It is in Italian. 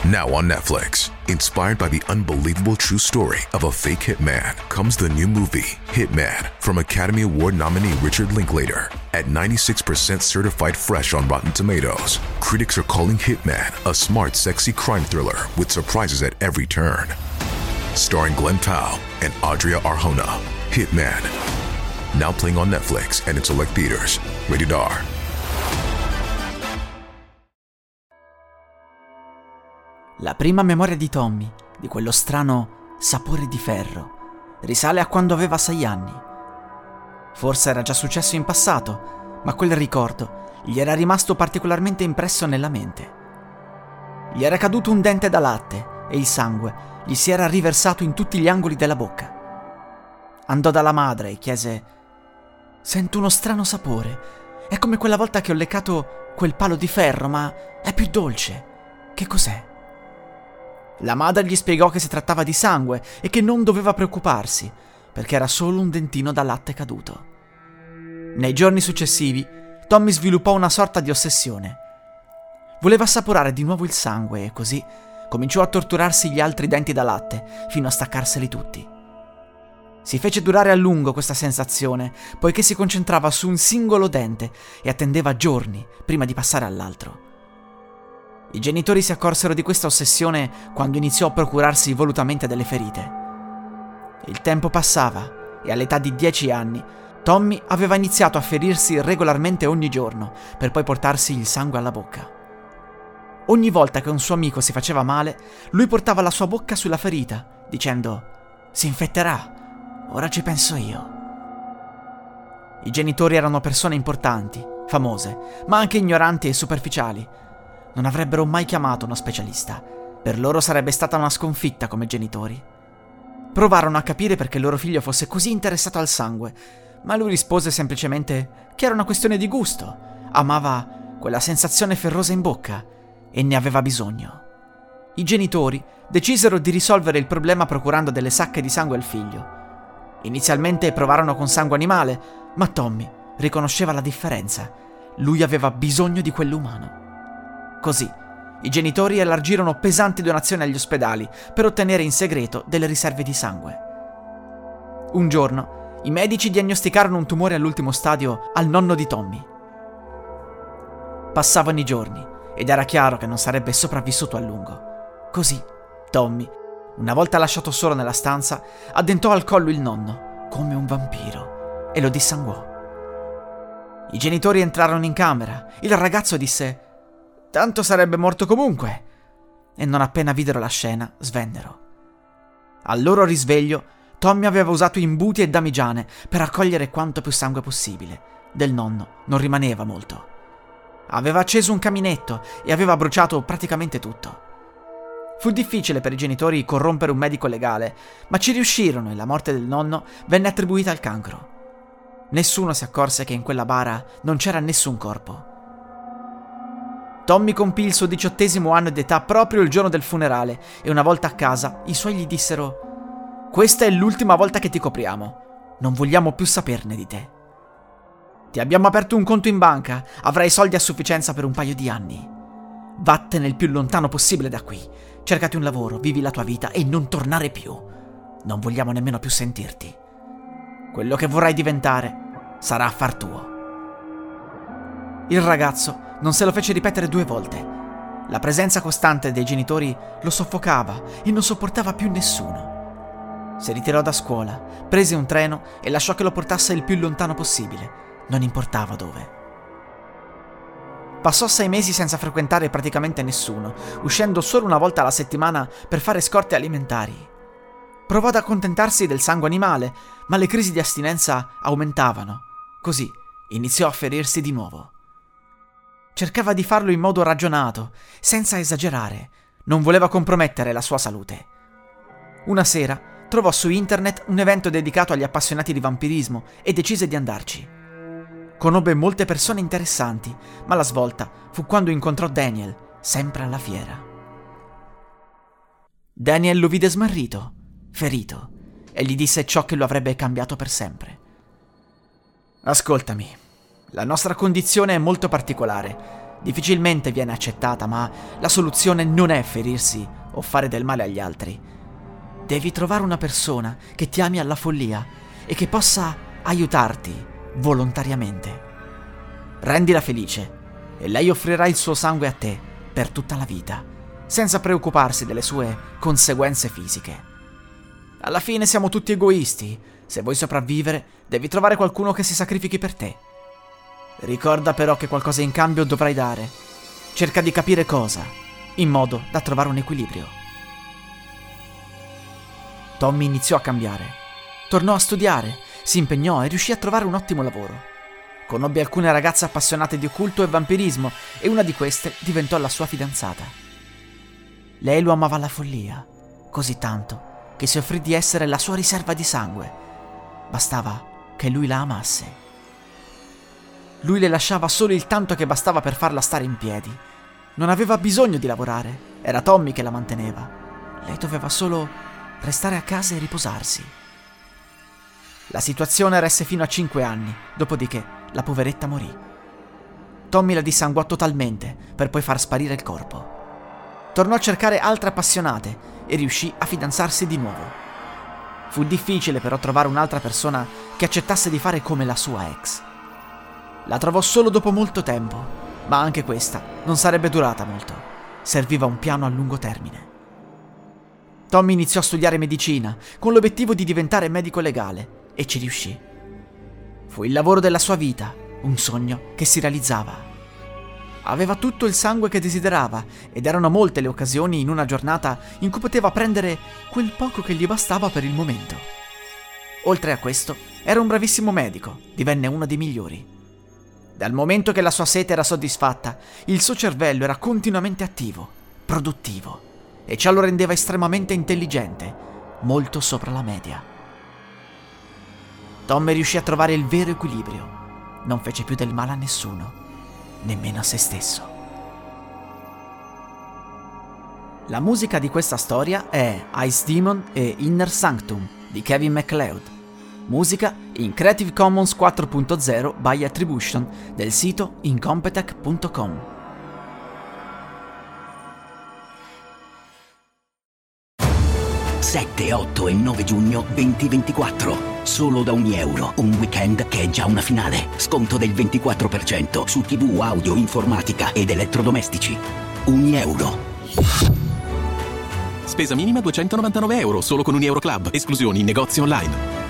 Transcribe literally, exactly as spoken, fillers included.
Now on Netflix, inspired by the unbelievable true story of a fake hitman, comes the new movie, Hitman, from Academy Award nominee Richard Linklater. At ninety-six percent certified fresh on Rotten Tomatoes, critics are calling Hitman a smart, sexy crime thriller with surprises at every turn. Starring Glenn Powell and Adria Arjona, Hitman. Now playing on Netflix and in select theaters. Rated R. La prima memoria di Tommy, di quello strano sapore di ferro, risale a quando aveva sei anni. Forse era già successo in passato, ma quel ricordo gli era rimasto particolarmente impresso nella mente. Gli era caduto un dente da latte e il sangue gli si era riversato in tutti gli angoli della bocca. Andò dalla madre e chiese: «Sento uno strano sapore. È come quella volta che ho leccato quel palo di ferro, ma è più dolce. Che cos'è?» La madre gli spiegò che si trattava di sangue e che non doveva preoccuparsi, perché era solo un dentino da latte caduto. Nei giorni successivi, Tommy sviluppò una sorta di ossessione. Voleva assaporare di nuovo il sangue e così cominciò a torturarsi gli altri denti da latte fino a staccarseli tutti. Si fece durare a lungo questa sensazione, poiché si concentrava su un singolo dente e attendeva giorni prima di passare all'altro. I genitori si accorsero di questa ossessione quando iniziò a procurarsi volutamente delle ferite. Il tempo passava e all'età di dieci anni Tommy aveva iniziato a ferirsi regolarmente ogni giorno per poi portarsi il sangue alla bocca. Ogni volta che un suo amico si faceva male, lui portava la sua bocca sulla ferita, dicendo: «Si infetterà, ora ci penso io». I genitori erano persone importanti, famose, ma anche ignoranti e superficiali. Non avrebbero mai chiamato uno specialista. Per loro sarebbe stata una sconfitta come genitori. Provarono a capire perché il loro figlio fosse così interessato al sangue, ma lui rispose semplicemente che era una questione di gusto. Amava quella sensazione ferrosa in bocca e ne aveva bisogno. I genitori decisero di risolvere il problema procurando delle sacche di sangue al figlio. Inizialmente provarono con sangue animale, ma Tommy riconosceva la differenza. Lui aveva bisogno di quello umano. Così, i genitori elargirono pesanti donazioni agli ospedali per ottenere in segreto delle riserve di sangue. Un giorno, i medici diagnosticarono un tumore all'ultimo stadio al nonno di Tommy. Passavano i giorni ed era chiaro che non sarebbe sopravvissuto a lungo. Così, Tommy, una volta lasciato solo nella stanza, addentò al collo il nonno, come un vampiro, e lo dissanguò. I genitori entrarono in camera. Il ragazzo disse: «Tanto sarebbe morto comunque», e non appena videro la scena, svennero. Al loro risveglio, Tommy aveva usato imbuti e damigiane per raccogliere quanto più sangue possibile. Del nonno non rimaneva molto. Aveva acceso un caminetto e aveva bruciato praticamente tutto. Fu difficile per i genitori corrompere un medico legale, ma ci riuscirono e la morte del nonno venne attribuita al cancro. Nessuno si accorse che in quella bara non c'era nessun corpo. Tommy compì il suo diciottesimo anno d'età proprio il giorno del funerale e una volta a casa i suoi gli dissero: «Questa è l'ultima volta che ti copriamo. Non vogliamo più saperne di te. Ti abbiamo aperto un conto in banca, avrai soldi a sufficienza per un paio di anni. Vattene il più lontano possibile da qui. Cercati un lavoro, vivi la tua vita e non tornare più. Non vogliamo nemmeno più sentirti. Quello che vorrai diventare sarà affar tuo». Il ragazzo non se lo fece ripetere due volte. La presenza costante dei genitori lo soffocava e non sopportava più nessuno. Si ritirò da scuola, prese un treno e lasciò che lo portasse il più lontano possibile, non importava dove. Passò sei mesi senza frequentare praticamente nessuno, uscendo solo una volta alla settimana per fare scorte alimentari. Provò ad accontentarsi del sangue animale, ma le crisi di astinenza aumentavano. Così iniziò a ferirsi di nuovo. Cercava di farlo in modo ragionato, senza esagerare. Non voleva compromettere la sua salute. Una sera trovò su internet un evento dedicato agli appassionati di vampirismo e decise di andarci. Conobbe molte persone interessanti, ma la svolta fu quando incontrò Daniel, sempre alla fiera. Daniel lo vide smarrito, ferito, e gli disse ciò che lo avrebbe cambiato per sempre. «Ascoltami. La nostra condizione è molto particolare. Difficilmente viene accettata, ma la soluzione non è ferirsi o fare del male agli altri. Devi trovare una persona che ti ami alla follia e che possa aiutarti volontariamente. Rendila felice e lei offrirà il suo sangue a te per tutta la vita, senza preoccuparsi delle sue conseguenze fisiche. Alla fine siamo tutti egoisti. Se vuoi sopravvivere, devi trovare qualcuno che si sacrifichi per te. Ricorda però che qualcosa in cambio dovrai dare. Cerca di capire cosa, in modo da trovare un equilibrio. Tommy iniziò a cambiare. Tornò a studiare, si impegnò e riuscì a trovare un ottimo lavoro. Conobbe alcune ragazze appassionate di occulto e vampirismo e una di queste diventò la sua fidanzata. Lei lo amava alla follia, così tanto che si offrì di essere la sua riserva di sangue. Bastava che lui la amasse. Lui le lasciava solo il tanto che bastava per farla stare in piedi. Non aveva bisogno di lavorare, era Tommy che la manteneva. Lei doveva solo restare a casa e riposarsi. La situazione resse fino a cinque anni, dopodiché la poveretta morì. Tommy la dissanguò totalmente per poi far sparire il corpo. Tornò a cercare altre appassionate e riuscì a fidanzarsi di nuovo. Fu difficile però trovare un'altra persona che accettasse di fare come la sua ex. La trovò solo dopo molto tempo, ma anche questa non sarebbe durata molto. Serviva un piano a lungo termine. Tommy iniziò a studiare medicina con l'obiettivo di diventare medico legale e ci riuscì. Fu il lavoro della sua vita, un sogno che si realizzava. Aveva tutto il sangue che desiderava ed erano molte le occasioni in una giornata in cui poteva prendere quel poco che gli bastava per il momento. Oltre a questo, era un bravissimo medico, divenne uno dei migliori. Dal momento che la sua sete era soddisfatta, il suo cervello era continuamente attivo, produttivo, e ciò lo rendeva estremamente intelligente, molto sopra la media. Tommy riuscì a trovare il vero equilibrio. Non fece più del male a nessuno, nemmeno a se stesso. La musica di questa storia è Ice Demon e Inner Sanctum di Kevin MacLeod. Musica in Creative Commons quattro punto zero by Attribution del sito incompetech punto com. sette, otto e nove giugno duemilaventiquattro. Solo da ogni euro. Un weekend che è già una finale. Sconto del ventiquattro per cento su tivù, audio, informatica ed elettrodomestici. Ogni euro. Spesa minima duecentonovantanove euro solo con un Euro Club. Esclusioni in negozi online.